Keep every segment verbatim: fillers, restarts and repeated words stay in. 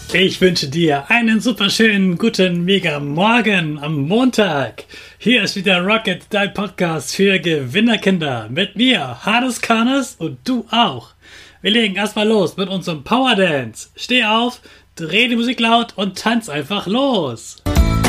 Ich wünsche dir einen super schönen guten Mega Morgen am Montag. Hier ist wieder Rocket, dein Podcast für Gewinnerkinder. Mit mir, Hannes Karnes, und du auch. Wir legen erstmal los mit unserem Power Dance. Steh auf, dreh die Musik laut und tanz einfach los.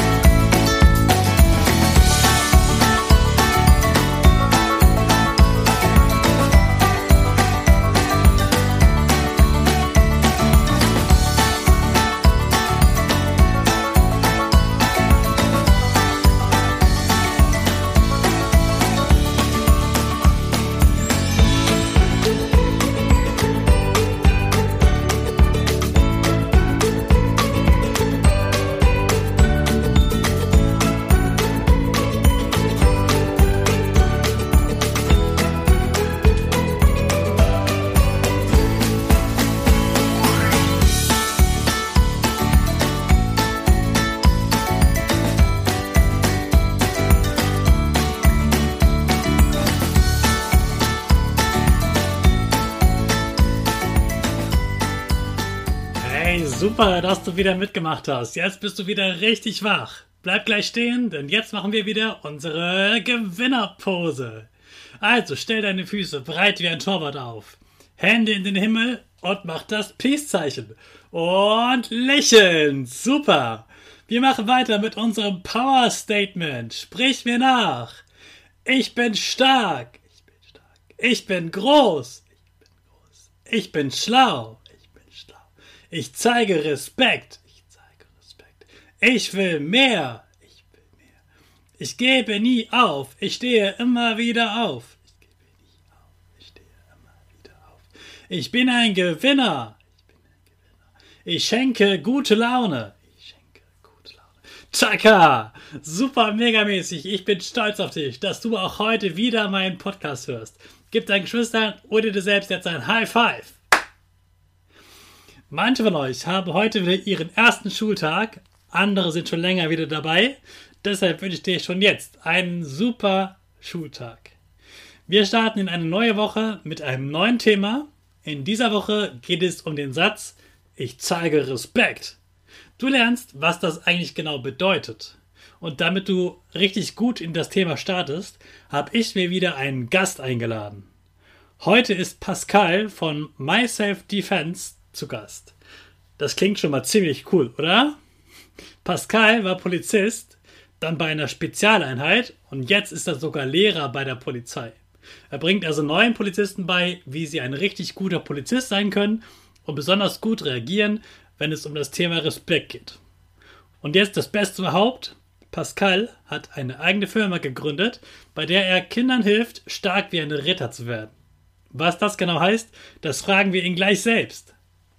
Super, dass du wieder mitgemacht hast. Jetzt bist du wieder richtig wach. Bleib gleich stehen, denn jetzt machen wir wieder unsere Gewinnerpose. Also stell deine Füße breit wie ein Torwart auf. Hände in den Himmel und mach das Peace-Zeichen. Und lächeln. Super. Wir machen weiter mit unserem Power-Statement. Sprich mir nach. Ich bin stark. Ich bin stark. Ich bin groß. Ich bin groß. Ich bin schlau. Ich zeige Respekt. Ich zeige Respekt. Ich will mehr. Ich will mehr. Ich gebe nie auf. Ich stehe immer wieder auf. Ich gebe nie auf. Ich stehe immer wieder auf. Ich bin ein Gewinner. Ich bin ein Gewinner. Ich schenke gute Laune. Ich schenke gute Laune. Tschakka! Super megamäßig. Ich bin stolz auf dich, dass du auch heute wieder meinen Podcast hörst. Gib deinen Geschwistern oder dir selbst jetzt ein High Five. Manche von euch haben heute wieder ihren ersten Schultag, andere sind schon länger wieder dabei. Deshalb wünsche ich dir schon jetzt einen super Schultag. Wir starten in eine neue Woche mit einem neuen Thema. In dieser Woche geht es um den Satz, ich zeige Respekt. Du lernst, was das eigentlich genau bedeutet. Und damit du richtig gut in das Thema startest, habe ich mir wieder einen Gast eingeladen. Heute ist Pascal von My Self Defense zu Gast. Das klingt schon mal ziemlich cool, oder? Pascal war Polizist, dann bei einer Spezialeinheit und jetzt ist er sogar Lehrer bei der Polizei. Er bringt also neuen Polizisten bei, wie sie ein richtig guter Polizist sein können und besonders gut reagieren, wenn es um das Thema Respekt geht. Und jetzt das Beste überhaupt: Pascal hat eine eigene Firma gegründet, bei der er Kindern hilft, stark wie ein Ritter zu werden. Was das genau heißt, das fragen wir ihn gleich selbst.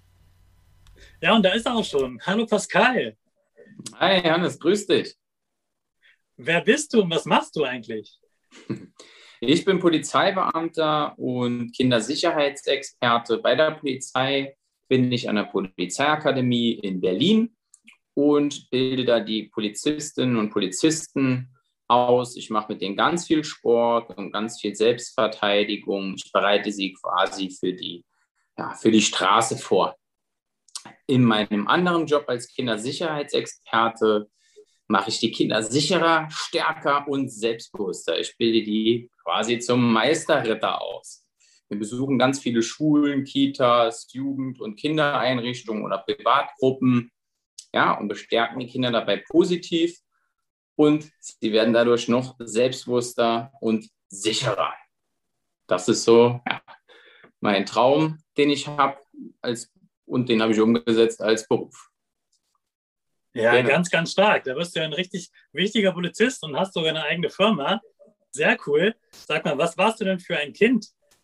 Ja, und da ist er auch schon. Hallo Pascal. Hi Hannes, grüß dich. Wer bist du und was machst du eigentlich? Ich bin Polizeibeamter und Kindersicherheitsexperte bei der Polizei. Bin ich an der Polizeiakademie in Berlin und bilde da die Polizistinnen und Polizisten aus. Ich mache mit denen ganz viel Sport und ganz viel Selbstverteidigung. Ich bereite sie quasi für die, ja, für die Straße vor. In meinem anderen Job als Kindersicherheitsexperte mache ich die Kinder sicherer, stärker und selbstbewusster. Ich bilde die quasi zum Meisterritter aus. Wir besuchen ganz viele Schulen, Kitas, Jugend- und Kindereinrichtungen oder Privatgruppen, ja, und bestärken die Kinder dabei positiv und sie werden dadurch noch selbstbewusster und sicherer. Das ist so, ja, mein Traum, den ich habe als Und den habe ich umgesetzt als Beruf. Ja, genau. Ganz, ganz stark. Da bist du ja ein richtig wichtiger Polizist und hast sogar eine eigene Firma. Sehr cool. Sag mal, was warst du denn für ein Kind?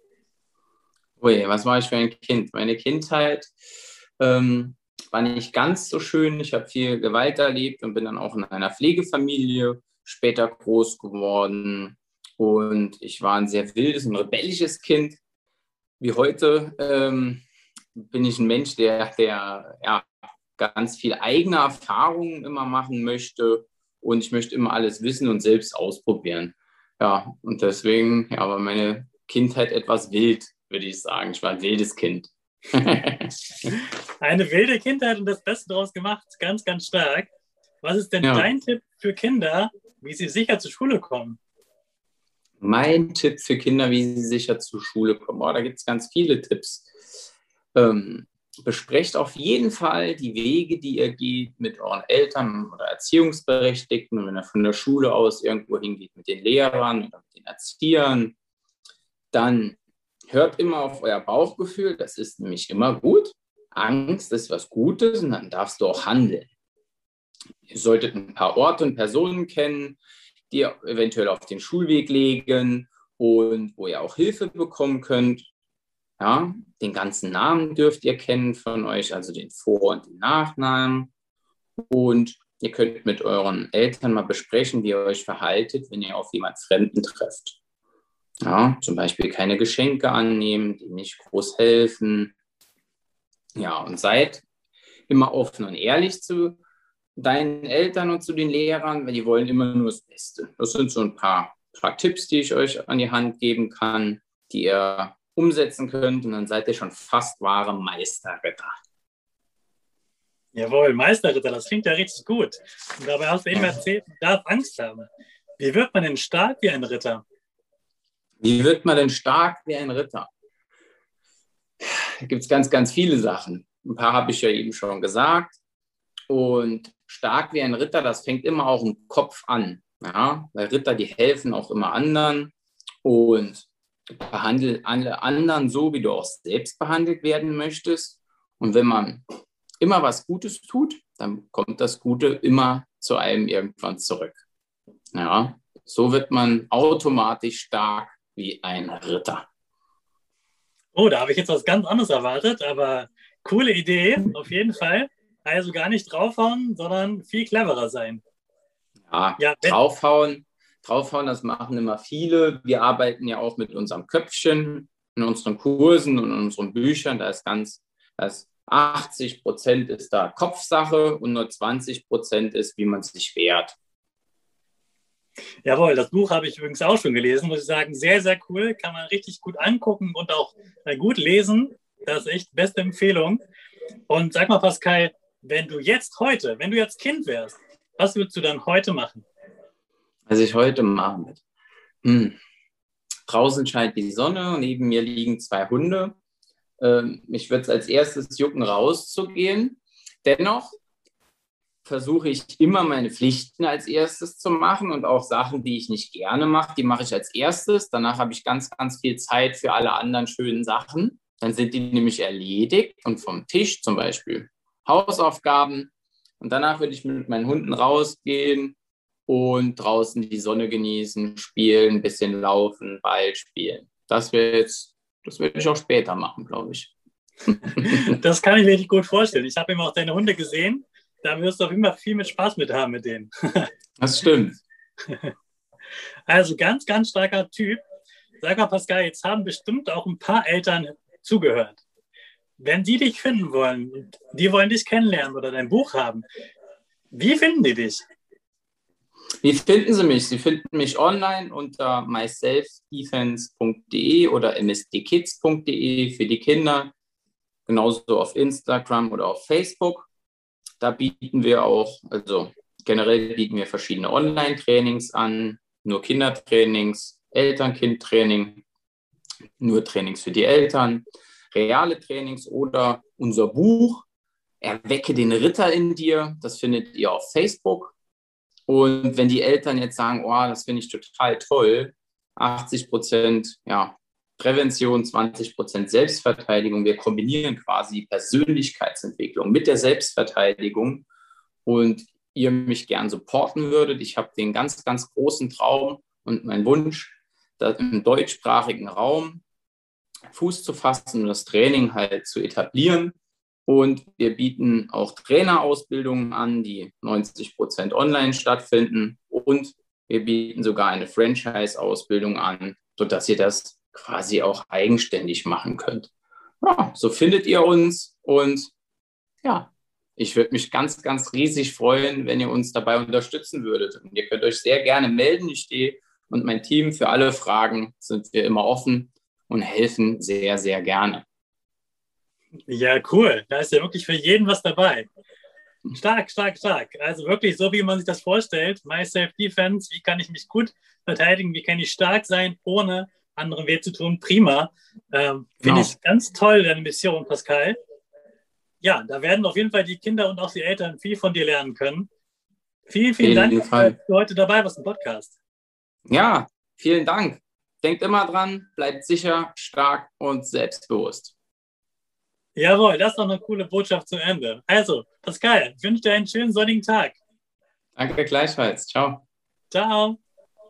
Ui, was war ich für ein Kind? Meine Kindheit ähm, war nicht ganz so schön. Ich habe viel Gewalt erlebt und bin dann auch in einer Pflegefamilie später groß geworden. Und ich war ein sehr wildes und rebellisches Kind. Wie heute ähm, bin ich ein Mensch, der, der ja, ganz viel eigene Erfahrungen immer machen möchte und ich möchte immer alles wissen und selbst ausprobieren. Ja, und deswegen ja, war meine Kindheit etwas wild, würde ich sagen. Ich war ein wildes Kind. Eine wilde Kindheit und das Beste daraus gemacht. Ganz, ganz stark. Was ist denn Ja. dein Tipp für Kinder, wie sie sicher zur Schule kommen? Mein Tipp für Kinder, wie sie sicher zur Schule kommen. Oh, da gibt es ganz viele Tipps. Ähm, besprecht auf jeden Fall die Wege, die ihr geht mit euren Eltern oder Erziehungsberechtigten. Und wenn ihr von der Schule aus irgendwo hingeht, mit den Lehrern oder mit den Erziehern, dann hört immer auf euer Bauchgefühl. Das ist nämlich immer gut. Angst ist was Gutes und dann darfst du auch handeln. Ihr solltet ein paar Orte und Personen kennen, die ihr eventuell auf den Schulweg legen und wo ihr auch Hilfe bekommen könnt. Ja, den ganzen Namen dürft ihr kennen von euch, also den Vor- und den Nachnamen. Und ihr könnt mit euren Eltern mal besprechen, wie ihr euch verhaltet, wenn ihr auf jemand Fremden trefft. Ja, zum Beispiel keine Geschenke annehmen, die nicht groß helfen. Ja, und seid immer offen und ehrlich zu deinen Eltern und zu den Lehrern, weil die wollen immer nur das Beste. Das sind so ein paar, paar Tipps, die ich euch an die Hand geben kann, die ihr umsetzen könnt und dann seid ihr schon fast wahre Meisterritter. Jawohl, Meisterritter, das klingt ja richtig gut. Und dabei hast du eben Ja. erzählt, man darf Angst haben. Wie wird man denn stark wie ein Ritter? Wie wird man denn stark wie ein Ritter? Da gibt es ganz, ganz viele Sachen. Ein paar habe ich ja eben schon gesagt. Und stark wie ein Ritter, das fängt immer auch im Kopf an. Ja? Weil Ritter, die helfen auch immer anderen und behandle alle anderen so, wie du auch selbst behandelt werden möchtest. Und wenn man immer was Gutes tut, dann kommt das Gute immer zu einem irgendwann zurück. Ja? So wird man automatisch stark wie ein Ritter. Oh, da habe ich jetzt was ganz anderes erwartet, aber coole Idee, auf jeden Fall. Also gar nicht draufhauen, sondern viel cleverer sein. Ja, Ja, draufhauen, draufhauen, das machen immer viele. Wir arbeiten ja auch mit unserem Köpfchen in unseren Kursen und in unseren Büchern. Da ist ganz, das achtzig Prozent ist da Kopfsache und nur zwanzig Prozent ist, wie man sich wehrt. Jawohl, das Buch habe ich übrigens auch schon gelesen, muss ich sagen. Sehr, sehr cool, kann man richtig gut angucken und auch gut lesen. Das ist echt beste Empfehlung. Und sag mal, Pascal, wenn du jetzt heute, wenn du jetzt Kind wärst, was würdest du dann heute machen? Was ich heute machen würde. Hm. Draußen scheint die Sonne, neben mir liegen zwei Hunde. Ähm, mich würde es als erstes jucken, rauszugehen. Dennoch versuche ich immer meine Pflichten als erstes zu machen und auch Sachen, die ich nicht gerne mache, die mache ich als erstes. Danach habe ich ganz, ganz viel Zeit für alle anderen schönen Sachen. Dann sind die nämlich erledigt und vom Tisch zum Beispiel Hausaufgaben. Und danach würde ich mit meinen Hunden rausgehen und draußen die Sonne genießen, spielen, ein bisschen laufen, Ball spielen. Das wäre jetzt, das werde ich auch später machen, glaube ich. Das kann ich mir richtig gut vorstellen. Ich habe eben auch deine Hunde gesehen. Da wirst du auf immer viel mit Spaß mit haben mit denen. Das stimmt. Also ganz, ganz starker Typ. Sag mal, Pascal, jetzt haben bestimmt auch ein paar Eltern zugehört. Wenn die dich finden wollen, die wollen dich kennenlernen oder dein Buch haben, wie finden die dich? Wie finden Sie mich? Sie finden mich online unter myselfdefense punkt de oder m s d kids punkt de für die Kinder. Genauso auf Instagram oder auf Facebook. Da bieten wir auch, also generell bieten wir verschiedene Online-Trainings an, nur Kindertrainings, Eltern-Kind-Training, nur Trainings für die Eltern, reale Trainings oder unser Buch Erwecke den Ritter in dir. Das findet ihr auf Facebook. Und wenn die Eltern jetzt sagen, oh, das finde ich total toll, achtzig Prozent ja, Prävention, zwanzig Prozent Selbstverteidigung, wir kombinieren quasi Persönlichkeitsentwicklung mit der Selbstverteidigung und ihr mich gern supporten würdet. Ich habe den ganz, ganz großen Traum und meinen Wunsch, dass im deutschsprachigen Raum Fuß zu fassen und das Training halt zu etablieren. Und wir bieten auch Trainerausbildungen an, die neunzig Prozent online stattfinden. Und wir bieten sogar eine Franchise-Ausbildung an, sodass ihr das quasi auch eigenständig machen könnt. Ja, so findet ihr uns. Und ja, ich würde mich ganz, ganz riesig freuen, wenn ihr uns dabei unterstützen würdet. Und ihr könnt euch sehr gerne melden. Ich stehe und mein Team für alle Fragen sind wir immer offen und helfen sehr, sehr gerne. Ja, cool. Da ist ja wirklich für jeden was dabei. Stark, stark, stark. Also wirklich so, wie man sich das vorstellt. My Self-Defense, wie kann ich mich gut verteidigen, wie kann ich stark sein, ohne anderen weh zu tun. Prima. Ähm, Finde Genau. ich ganz toll, deine Mission, Pascal. Ja, da werden auf jeden Fall die Kinder und auch die Eltern viel von dir lernen können. Vielen, vielen Auf jeden Dank, Fall. dass du heute dabei warst im Podcast. Ja, vielen Dank. Denkt immer dran, bleibt sicher, stark und selbstbewusst. Jawohl, das ist doch eine coole Botschaft zum Ende. Also, Pascal, ich wünsche dir einen schönen sonnigen Tag. Danke gleichfalls. Ciao. Ciao.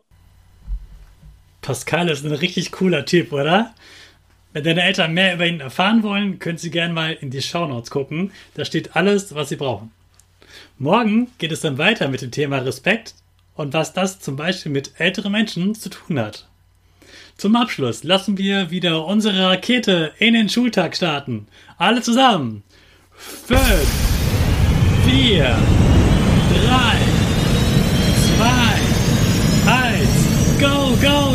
Pascal ist ein richtig cooler Typ, oder? Wenn deine Eltern mehr über ihn erfahren wollen, können sie gerne mal in die Shownotes gucken. Da steht alles, was sie brauchen. Morgen geht es dann weiter mit dem Thema Respekt und was das zum Beispiel mit älteren Menschen zu tun hat. Zum Abschluss lassen wir wieder unsere Rakete in den Schultag starten. Alle zusammen. Fünf, vier, drei, zwei, eins, go, go!